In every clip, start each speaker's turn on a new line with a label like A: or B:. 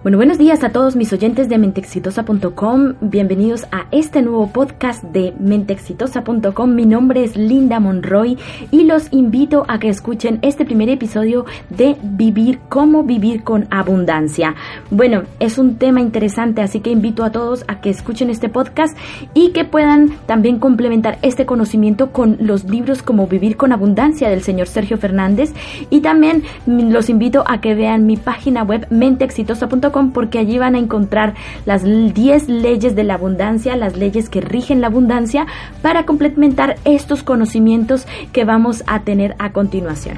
A: Bueno, buenos días a todos mis oyentes de mentexitosa.com. Bienvenidos a este nuevo podcast de mentexitosa.com. Mi nombre es Linda Monroy y los invito a que escuchen este primer episodio de cómo vivir con abundancia. Bueno, es un tema interesante, así que invito a todos a que escuchen este podcast y que puedan también complementar este conocimiento con los libros como Vivir con Abundancia del señor Sergio Fernández, y también los invito a que vean mi página web mentexitosa.com, porque allí van a encontrar las 10 leyes de la abundancia, las leyes que rigen la abundancia, para complementar estos conocimientos que vamos a tener a continuación.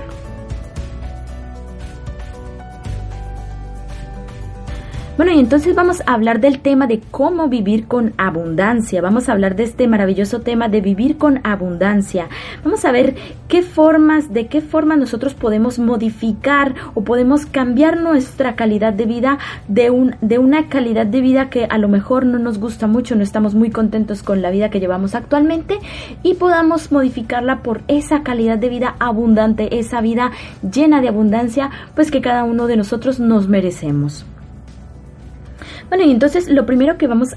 A: Bueno, y entonces vamos a hablar del tema de cómo vivir con abundancia. Vamos a hablar de este maravilloso tema de vivir con abundancia. Vamos a ver de qué formas nosotros podemos modificar o podemos cambiar nuestra calidad de vida de una calidad de vida que a lo mejor no nos gusta mucho, no estamos muy contentos con la vida que llevamos actualmente, y podamos modificarla por esa calidad de vida abundante, esa vida llena de abundancia, pues que cada uno de nosotros nos merecemos. Bueno, y entonces lo primero que vamos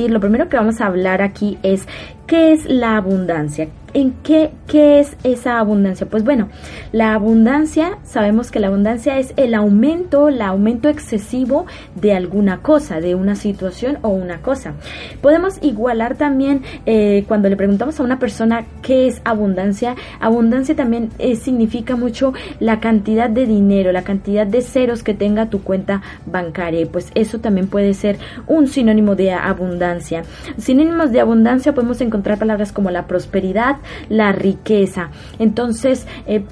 A: a hablar aquí es ¿qué es la abundancia? ¿En qué es esa abundancia? Pues bueno, la abundancia, sabemos que la abundancia es el aumento excesivo de alguna cosa, de una situación o una cosa. Podemos igualar también cuando le preguntamos a una persona qué es abundancia. Abundancia también significa mucho la cantidad de dinero, la cantidad de ceros que tenga tu cuenta bancaria. Pues eso también puede ser un sinónimo de abundancia. Sinónimos de abundancia podemos encontrar palabras como la prosperidad, la riqueza. Entonces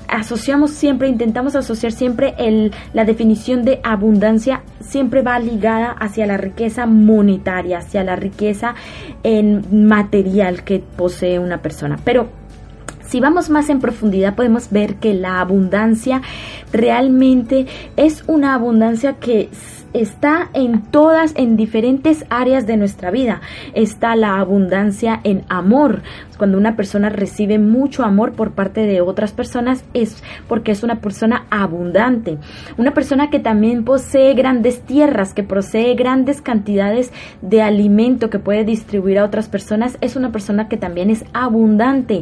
A: intentamos asociar siempre la definición de abundancia, siempre va ligada hacia la riqueza monetaria, hacia la riqueza en material que posee una persona. Pero si vamos más en profundidad, podemos ver que la abundancia realmente es una abundancia que está en diferentes áreas de nuestra vida. Está la abundancia en amor. Cuando una persona recibe mucho amor por parte de otras personas, es porque es una persona abundante. Una persona que también posee grandes tierras, que posee grandes cantidades de alimento que puede distribuir a otras personas, es una persona que también es abundante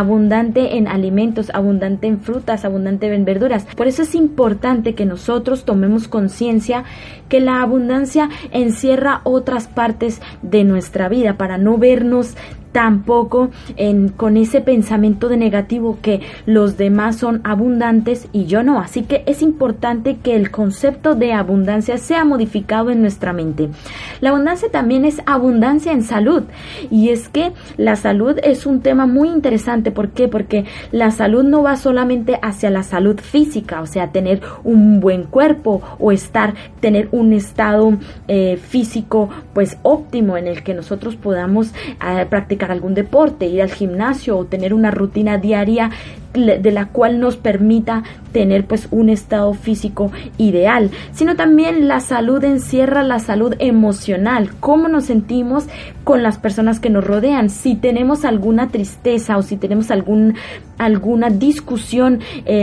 A: en alimentos, abundante en frutas, abundante en verduras. Por eso es importante que nosotros tomemos conciencia que la abundancia encierra otras partes de nuestra vida, para no vernos tampoco con ese pensamiento de negativo que los demás son abundantes y yo no. Así que es importante que el concepto de abundancia sea modificado en nuestra mente. La abundancia también es abundancia en salud, y es que la salud es un tema muy interesante. ¿Por qué? Porque la salud no va solamente hacia la salud física, o sea, tener un buen cuerpo o tener un estado físico pues óptimo, en el que nosotros podamos practicar algún deporte, ir al gimnasio o tener una rutina diaria de la cual nos permita tener pues un estado físico ideal, sino también la salud encierra la salud emocional, cómo nos sentimos con las personas que nos rodean. Si tenemos alguna tristeza o si tenemos alguna discusión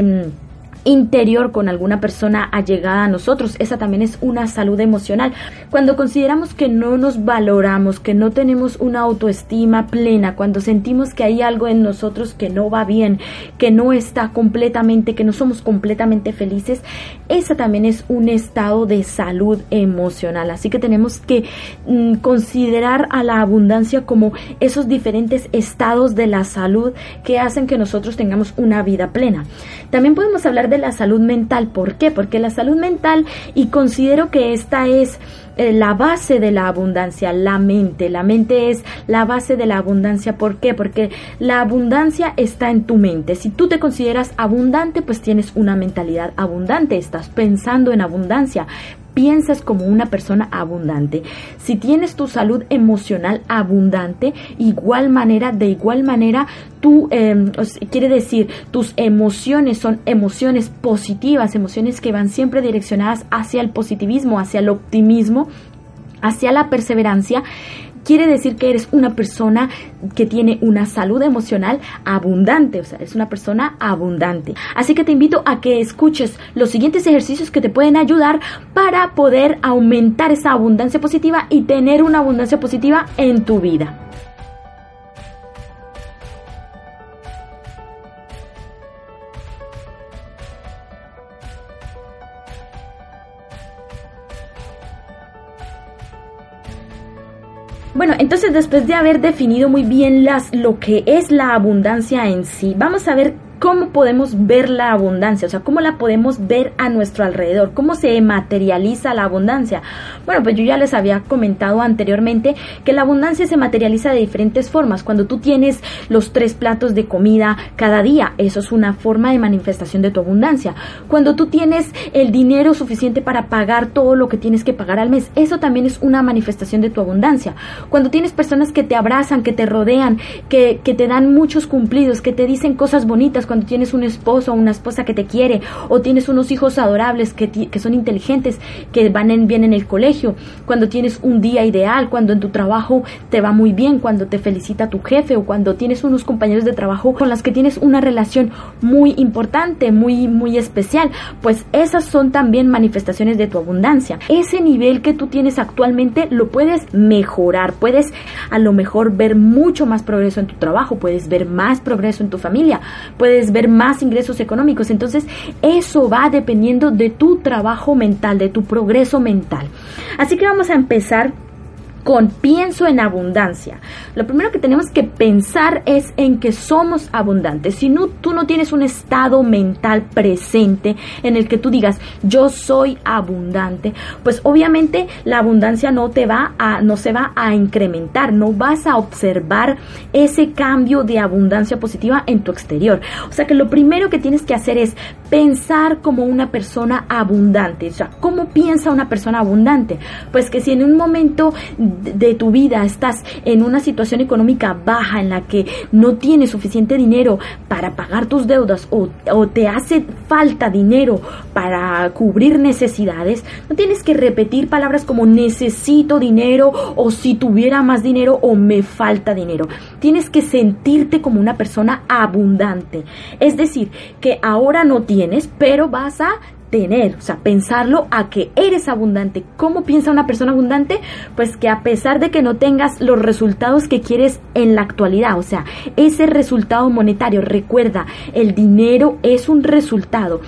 A: interior con alguna persona allegada a nosotros, esa también es una salud emocional. Cuando consideramos que no nos valoramos, que no tenemos una autoestima plena, cuando sentimos que hay algo en nosotros que no va bien, que no somos completamente felices, esa también es un estado de salud emocional. Así que tenemos que considerar a la abundancia como esos diferentes estados de la salud que hacen que nosotros tengamos una vida plena. También podemos hablar de la salud mental. ¿Por qué? Porque la salud mental, y considero que esta es la base de la abundancia, la mente es la base de la abundancia. ¿Por qué? Porque la abundancia está en tu mente. Si tú te consideras abundante, pues tienes una mentalidad abundante, estás pensando en abundancia, piensas como una persona abundante. Si tienes tu salud emocional abundante, de igual manera tú, quiere decir, tus emociones son emociones positivas, emociones que van siempre direccionadas hacia el positivismo, hacia el optimismo, hacia la perseverancia. quiere decir que eres una persona que tiene una salud emocional abundante, o sea, es una persona abundante. Así que te invito a que escuches los siguientes ejercicios que te pueden ayudar para poder aumentar esa abundancia positiva y tener una abundancia positiva en tu vida. Bueno, entonces después de haber definido muy bien lo que es la abundancia en sí, vamos a ver cómo podemos ver la abundancia, o sea, cómo la podemos ver a nuestro alrededor, cómo se materializa la abundancia. Bueno, pues yo ya les había comentado anteriormente que la abundancia se materializa de diferentes formas. Cuando tú tienes los 3 platos de comida cada día, eso es una forma de manifestación de tu abundancia. Cuando tú tienes el dinero suficiente para pagar todo lo que tienes que pagar al mes, eso también es una manifestación de tu abundancia. Cuando tienes personas que te abrazan, que te rodean, que te dan muchos cumplidos, que te dicen cosas bonitas, cuando tienes un esposo o una esposa que te quiere, o tienes unos hijos adorables que son inteligentes, que vienen en el colegio, cuando tienes un día ideal, cuando en tu trabajo te va muy bien, cuando te felicita tu jefe, o cuando tienes unos compañeros de trabajo con los que tienes una relación muy importante, muy especial, pues esas son también manifestaciones de tu abundancia. Ese nivel que tú tienes actualmente lo puedes mejorar, puedes a lo mejor ver mucho más progreso en tu trabajo, puedes ver más progreso en tu familia, puedes ver más ingresos económicos. Entonces eso va dependiendo de tu trabajo mental, de tu progreso mental. Así que vamos a empezar con pienso en abundancia. Lo primero que tenemos que pensar es en que somos abundantes. Si no, tú no tienes un estado mental presente en el que tú digas yo soy abundante, pues obviamente la abundancia no se va a incrementar, no vas a observar ese cambio de abundancia positiva en tu exterior. O sea que lo primero que tienes que hacer es pensar como una persona abundante. O sea, ¿cómo piensa una persona abundante? Pues que si en un momento de tu vida estás en una situación económica baja en la que no tienes suficiente dinero para pagar tus deudas o te hace falta dinero para cubrir necesidades, no tienes que repetir palabras como necesito dinero o si tuviera más dinero o me falta dinero. Tienes que sentirte como una persona abundante. Es decir, que ahora no tienes, pero vas a tener, o sea, pensarlo a que eres abundante. ¿Cómo piensa una persona abundante? Pues que a pesar de que no tengas los resultados que quieres en la actualidad, o sea, ese resultado monetario, recuerda, el dinero es un resultado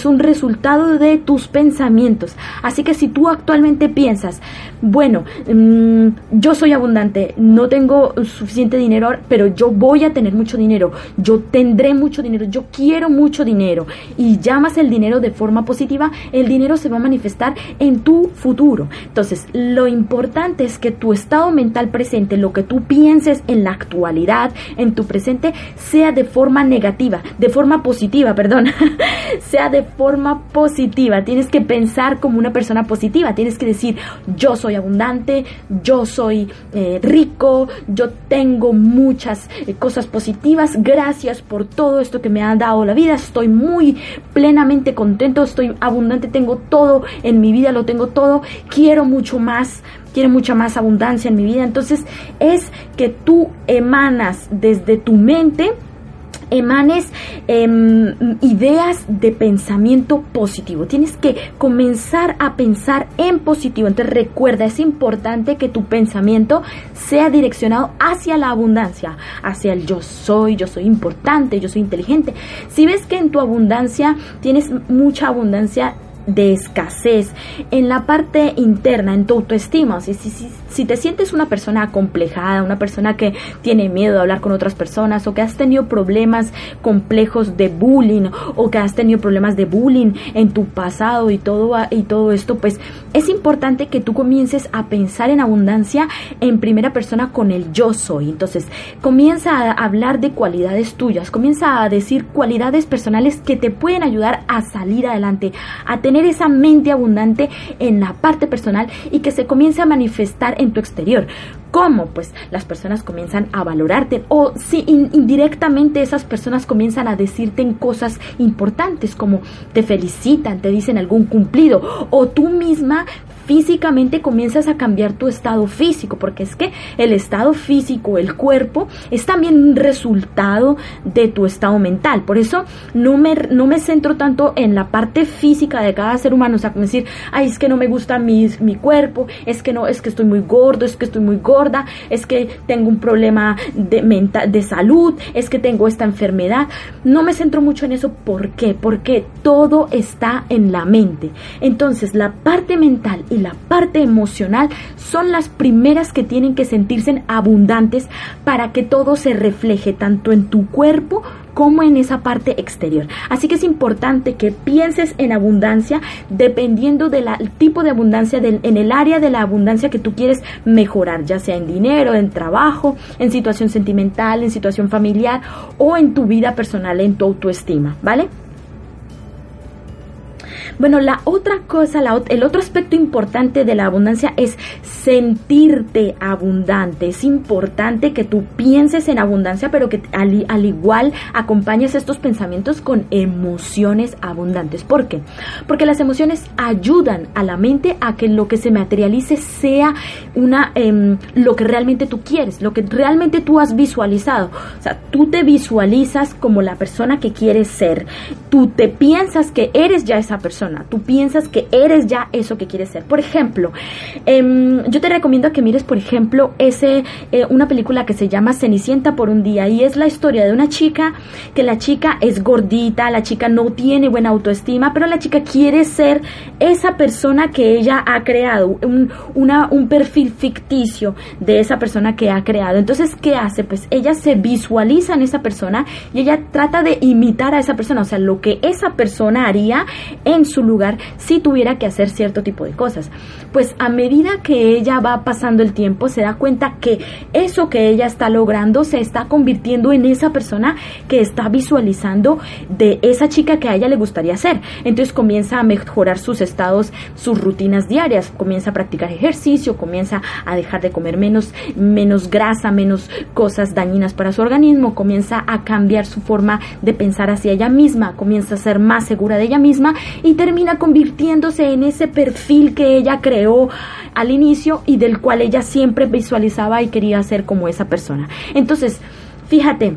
A: de tus pensamientos. Así que si tú actualmente piensas, bueno, yo soy abundante, no tengo suficiente dinero, pero yo voy a tener mucho dinero, yo tendré mucho dinero, yo quiero mucho dinero, y llamas el dinero de forma positiva, el dinero se va a manifestar en tu futuro. Entonces, lo importante es que tu estado mental presente, lo que tú pienses en la actualidad, en tu presente, sea de forma positiva, sea de forma positiva. Tienes que pensar como una persona positiva, tienes que decir, yo soy abundante, yo soy rico, yo tengo muchas cosas positivas, gracias por todo esto que me ha dado la vida, estoy muy plenamente contento, estoy abundante, tengo todo en mi vida, lo tengo todo, quiero mucha más abundancia en mi vida. Entonces es que tú emanas desde tu mente, emanes ideas de pensamiento positivo. Tienes que comenzar a pensar en positivo. Entonces recuerda, es importante que tu pensamiento sea direccionado hacia la abundancia, hacia el yo soy importante, yo soy inteligente. Si ves que en tu abundancia tienes mucha abundancia de escasez en la parte interna, en tu autoestima, si te sientes una persona acomplejada, una persona que tiene miedo de hablar con otras personas, o que has tenido problemas complejos de bullying, o que has tenido problemas de bullying en tu pasado y todo esto, pues es importante que tú comiences a pensar en abundancia en primera persona con el yo soy. Entonces comienza a hablar de cualidades tuyas, comienza a decir cualidades personales que te pueden ayudar a salir adelante, a tener esa mente abundante en la parte personal y que se comience a manifestar en tu exterior. ¿Cómo? Pues las personas comienzan a valorarte, o si indirectamente esas personas comienzan a decirte en cosas importantes, como te felicitan, te dicen algún cumplido, o tú misma físicamente comienzas a cambiar tu estado físico, porque es que el estado físico, el cuerpo, es también un resultado de tu estado mental. Por eso no me centro tanto en la parte física de cada ser humano, o sea, como decir, ay, es que no me gusta mi cuerpo, es que estoy muy gordo, es que estoy muy gorda, es que tengo un problema de salud, es que tengo esta enfermedad. No me centro mucho en eso. ¿Por qué? Porque todo está en la mente. Entonces, la parte mental y la parte emocional son las primeras que tienen que sentirse abundantes para que todo se refleje tanto en tu cuerpo como en esa parte exterior. Así que es importante que pienses en abundancia dependiendo del tipo de abundancia, en el área de la abundancia que tú quieres mejorar, ya sea en dinero, en trabajo, en situación sentimental, en situación familiar o en tu vida personal, en tu autoestima, ¿vale? Bueno, la otra cosa, el otro aspecto importante de la abundancia es sentirte abundante. Es importante que tú pienses en abundancia, pero que al igual acompañes estos pensamientos con emociones abundantes. ¿Por qué? Porque las emociones ayudan a la mente a que lo que se materialice sea lo que realmente tú quieres, lo que realmente tú has visualizado. O sea, tú te visualizas como la persona que quieres ser. Tú te piensas que eres ya esa persona. Tú piensas que eres ya eso que quieres ser. Por ejemplo, yo te recomiendo que mires, por ejemplo, una película que se llama Cenicienta por un día, y es la historia de una chica, que la chica es gordita, la chica no tiene buena autoestima, pero la chica quiere ser esa persona que ella ha creado, un perfil ficticio de esa persona que ha creado. Entonces, ¿qué hace? Pues ella se visualiza en esa persona y ella trata de imitar a esa persona, o sea, lo que esa persona haría en su lugar si tuviera que hacer cierto tipo de cosas. Pues a medida que ella va pasando el tiempo, se da cuenta que eso que ella está logrando se está convirtiendo en esa persona que está visualizando de esa chica que a ella le gustaría ser. Entonces comienza a mejorar sus estados, sus rutinas diarias, comienza a practicar ejercicio, comienza a dejar de comer menos grasa, menos cosas dañinas para su organismo, comienza a cambiar su forma de pensar hacia ella misma, comienza a ser más segura de ella misma y termina convirtiéndose en ese perfil que ella creó al inicio y del cual ella siempre visualizaba y quería ser como esa persona. Entonces, fíjate,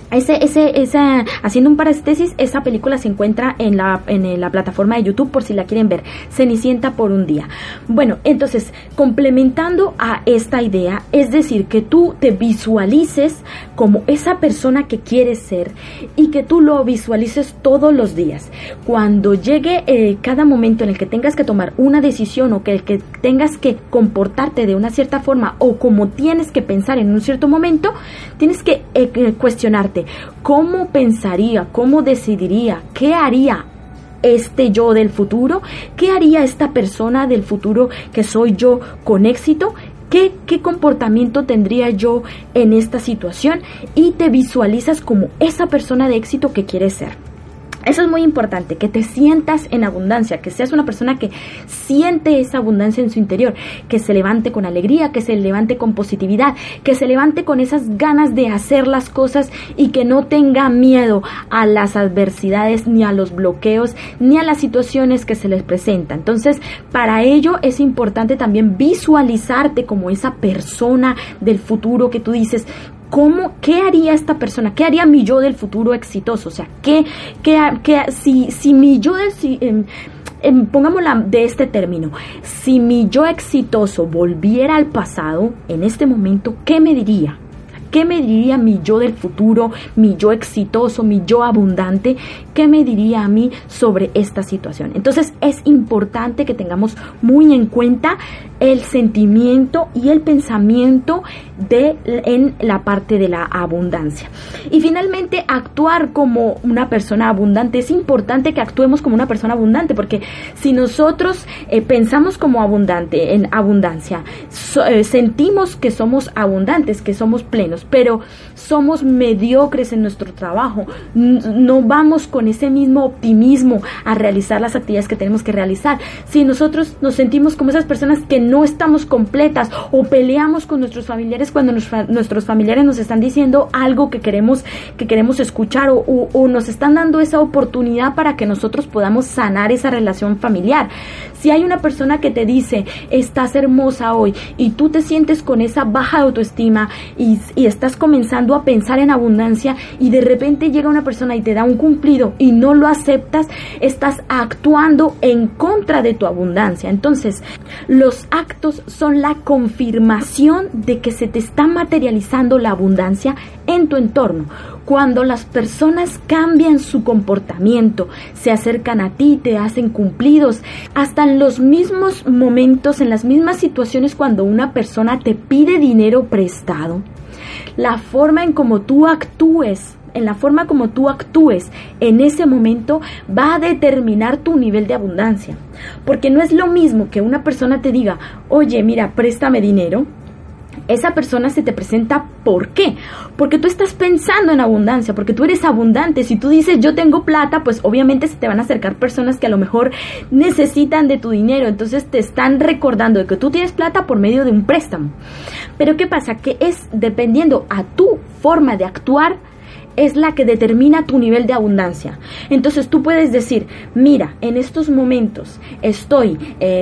A: haciendo un paréntesis, esa película se encuentra en la plataforma de YouTube por si la quieren ver, Cenicienta por un día. Bueno, entonces, complementando a esta idea, es decir, que tú te visualices como esa persona que quieres ser y que tú lo visualices todos los días. Cuando llegue cada momento en el que tengas que tomar una decisión o que tengas que comportarte de una cierta forma o como tienes que pensar en un cierto momento, tienes que cuestionarte cómo pensaría, cómo decidiría, qué haría este yo del futuro, qué haría esta persona del futuro que soy yo con éxito. ¿Qué comportamiento tendría yo en esta situación? Y te visualizas como esa persona de éxito que quieres ser. Eso es muy importante, que te sientas en abundancia, que seas una persona que siente esa abundancia en su interior, que se levante con alegría, que se levante con positividad, que se levante con esas ganas de hacer las cosas y que no tenga miedo a las adversidades, ni a los bloqueos, ni a las situaciones que se les presentan. Entonces, para ello es importante también visualizarte como esa persona del futuro que tú dices, ¿qué haría esta persona? ¿Qué haría mi yo del futuro exitoso? O sea, si mi yo pongámosla de este término, si mi yo exitoso volviera al pasado, en este momento, ¿qué me diría? ¿Qué me diría mi yo del futuro, mi yo exitoso, mi yo abundante? ¿Qué me diría a mí sobre esta situación? Entonces es importante que tengamos muy en cuenta el sentimiento y el pensamiento en la parte de la abundancia. Y finalmente, actuar como una persona abundante. Es importante que actuemos como una persona abundante, porque si nosotros pensamos como abundante, en abundancia, sentimos que somos abundantes, que somos plenos, pero somos mediocres en nuestro trabajo, no vamos con ese mismo optimismo a realizar las actividades que tenemos que realizar. Si nosotros nos sentimos como esas personas que no estamos completas, o peleamos con nuestros familiares cuando nuestros familiares nos están diciendo algo que queremos escuchar, o nos están dando esa oportunidad para que nosotros podamos sanar esa relación familiar. Si hay una persona que te dice, estás hermosa hoy, y tú te sientes con esa baja autoestima y estás comenzando a pensar en abundancia, y de repente llega una persona y te da un cumplido y no lo aceptas, estás actuando en contra de tu abundancia. Entonces, los actos son la confirmación de que se te está materializando la abundancia en tu entorno. Cuando las personas cambian su comportamiento, se acercan a ti, te hacen cumplidos, hasta en los mismos momentos, en las mismas situaciones cuando una persona te pide dinero prestado, la forma en como tú actúes, en ese momento va a determinar tu nivel de abundancia. Porque no es lo mismo que una persona te diga, oye, mira, préstame dinero. Esa persona se te presenta, ¿por qué? Porque tú estás pensando en abundancia, porque tú eres abundante. Si tú dices, yo tengo plata, pues obviamente se te van a acercar personas que a lo mejor necesitan de tu dinero. Entonces te están recordando de que tú tienes plata por medio de un préstamo. Pero ¿qué pasa? Que es dependiendo a tu forma de actuar, es la que determina tu nivel de abundancia. Entonces tú puedes decir, mira, en estos momentos estoy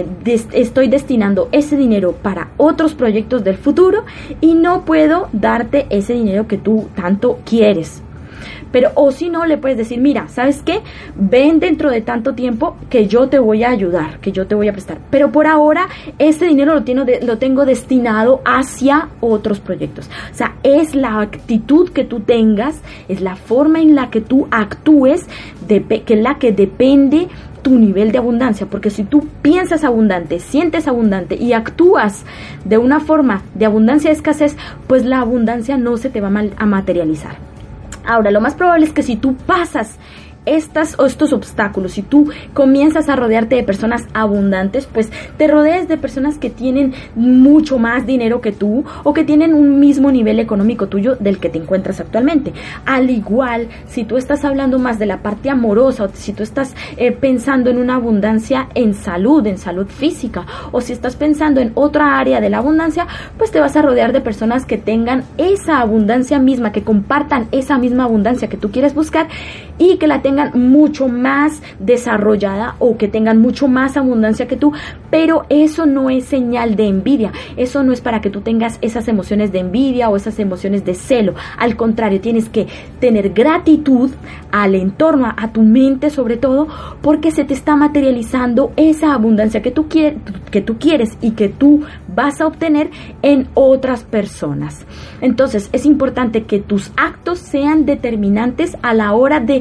A: destinando ese dinero para otros proyectos del futuro y no puedo darte ese dinero que tú tanto quieres. Pero, o si no, le puedes decir, mira, ¿sabes qué? Ven dentro de tanto tiempo que yo te voy a ayudar, que yo te voy a prestar. Pero por ahora, ese dinero lo tengo destinado hacia otros proyectos. O sea, es la actitud que tú tengas, es la forma en la que tú actúes, que es la que depende tu nivel de abundancia. Porque si tú piensas abundante, sientes abundante y actúas de una forma de abundancia de escasez, pues la abundancia no se te va a materializar. Ahora, lo más probable es que si tú pasas estos obstáculos, si tú comienzas a rodearte de personas abundantes, pues te rodees de personas que tienen mucho más dinero que tú o que tienen un mismo nivel económico tuyo del que te encuentras actualmente. Al igual, si tú estás hablando más de la parte amorosa, o si tú estás pensando en una abundancia en salud física, o si estás pensando en otra área de la abundancia, pues te vas a rodear de personas que tengan esa abundancia misma, que compartan esa misma abundancia que tú quieres buscar y que la tengan mucho más desarrollada o que tengan mucho más abundancia que tú. Pero eso no es señal de envidia, eso no es para que tú tengas esas emociones de envidia o esas emociones de celo. Al contrario, tienes que tener gratitud al entorno, a tu mente sobre todo, porque se te está materializando esa abundancia que tú quieres y que tú vas a obtener en otras personas. Entonces es importante que tus actos sean determinantes a la hora de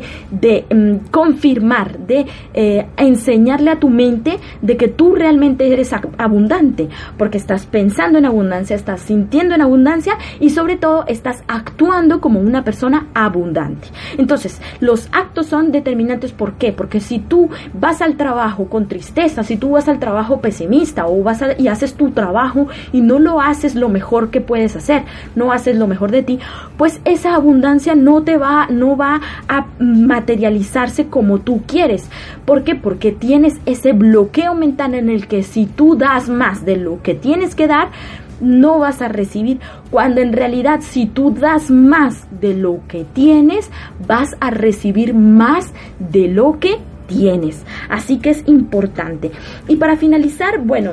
A: confirmar, de enseñarle a tu mente de que tú realmente eres abundante, porque estás pensando en abundancia, estás sintiendo en abundancia y sobre todo estás actuando como una persona abundante. Entonces, los actos son determinantes. ¿Por qué? Porque si tú vas al trabajo con tristeza, si tú vas al trabajo pesimista o y haces tu trabajo y no lo haces lo mejor que puedes hacer, no haces lo mejor de ti, pues esa abundancia no va a materializarse como tú quieres. ¿Por qué? Porque tienes ese bloqueo mental en el que si tú das más de lo que tienes que dar, no vas a recibir, cuando en realidad si tú das más de lo que tienes, vas a recibir más de lo que tienes. Así que es importante. Y para finalizar, bueno,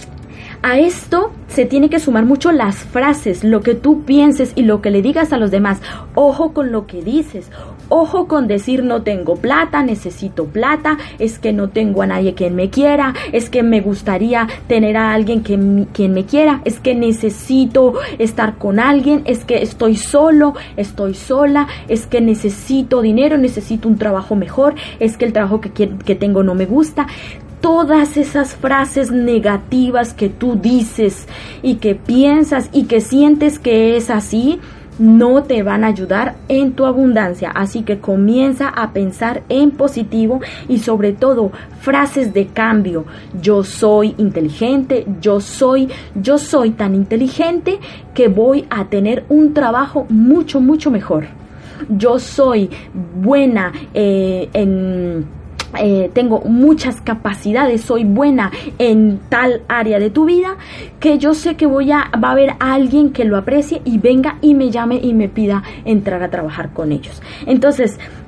A: a esto se tiene que sumar mucho las frases, lo que tú pienses y lo que le digas a los demás. Ojo con lo que dices, ojo con decir no tengo plata, necesito plata, es que no tengo a nadie quien me quiera, es que me gustaría tener a alguien quien me quiera, es que necesito estar con alguien, es que estoy solo, estoy sola, es que necesito dinero, necesito un trabajo mejor, es que el trabajo que tengo no me gusta. Todas esas frases negativas que tú dices y que piensas y que sientes que es así, no te van a ayudar en tu abundancia. Así que comienza a pensar en positivo y sobre todo frases de cambio. Yo soy inteligente, yo soy tan inteligente que voy a tener un trabajo mucho, mucho mejor. Yo soy buena tengo muchas capacidades, soy buena en tal área de tu vida, que yo sé que va a haber alguien que lo aprecie y venga y me llame y me pida entrar a trabajar con ellos. Entonces, es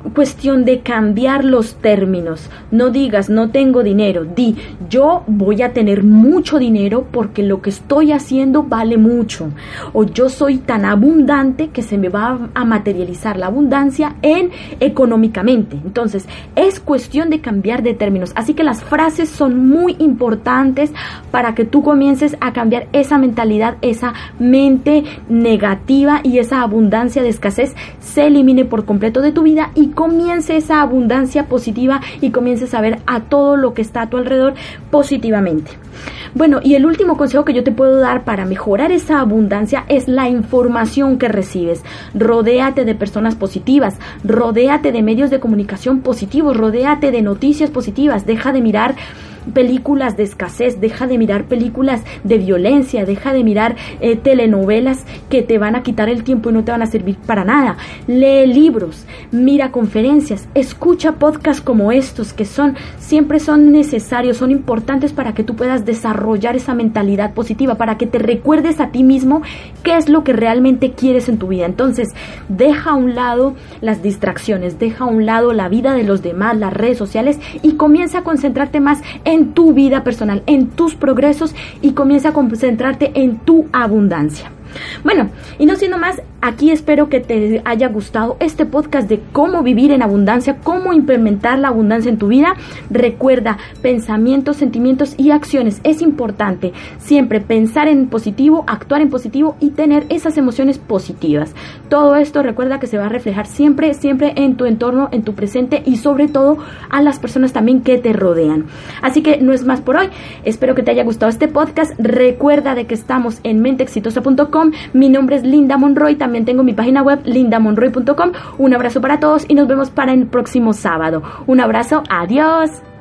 A: cuestión de cambiar los términos. No digas no tengo dinero, di yo voy a tener mucho dinero porque lo que estoy haciendo vale mucho, o yo soy tan abundante que se me va a materializar la abundancia económicamente. Entonces es cuestión de cambiar de términos, así que las frases son muy importantes para que tú comiences a cambiar esa mentalidad, esa mente negativa, y esa abundancia de escasez se elimine por completo de tu vida y comience esa abundancia positiva y comiences a ver a todo lo que está a tu alrededor positivamente. Bueno, y el último consejo que yo te puedo dar para mejorar esa abundancia es la información que recibes. Rodéate de personas positivas, rodéate de medios de comunicación positivos, rodéate de noticias positivas, deja de mirar películas de escasez, deja de mirar películas de violencia, deja de mirar telenovelas que te van a quitar el tiempo y no te van a servir para nada. Lee libros, mira conferencias, escucha podcasts como estos que siempre son necesarios, son importantes para que tú puedas desarrollar esa mentalidad positiva, para que te recuerdes a ti mismo qué es lo que realmente quieres en tu vida. Entonces, deja a un lado las distracciones, deja a un lado la vida de los demás, las redes sociales, y comienza a concentrarte más en tu vida personal, en tus progresos, y comienza a concentrarte en tu abundancia. Bueno, y no siendo más, aquí espero que te haya gustado este podcast de cómo vivir en abundancia, cómo implementar la abundancia en tu vida. Recuerda, pensamientos, sentimientos y acciones. Es importante siempre pensar en positivo, actuar en positivo y tener esas emociones positivas. Todo esto recuerda que se va a reflejar siempre en tu entorno, en tu presente, y sobre todo a las personas también que te rodean. Así que no es más por hoy. Espero que te haya gustado este podcast. Recuerda de que estamos en menteexitosa.com. Mi nombre es Linda Monroy, también tengo mi página web lindamonroy.com. Un abrazo para todos y nos vemos para el próximo sábado. Un abrazo, adiós.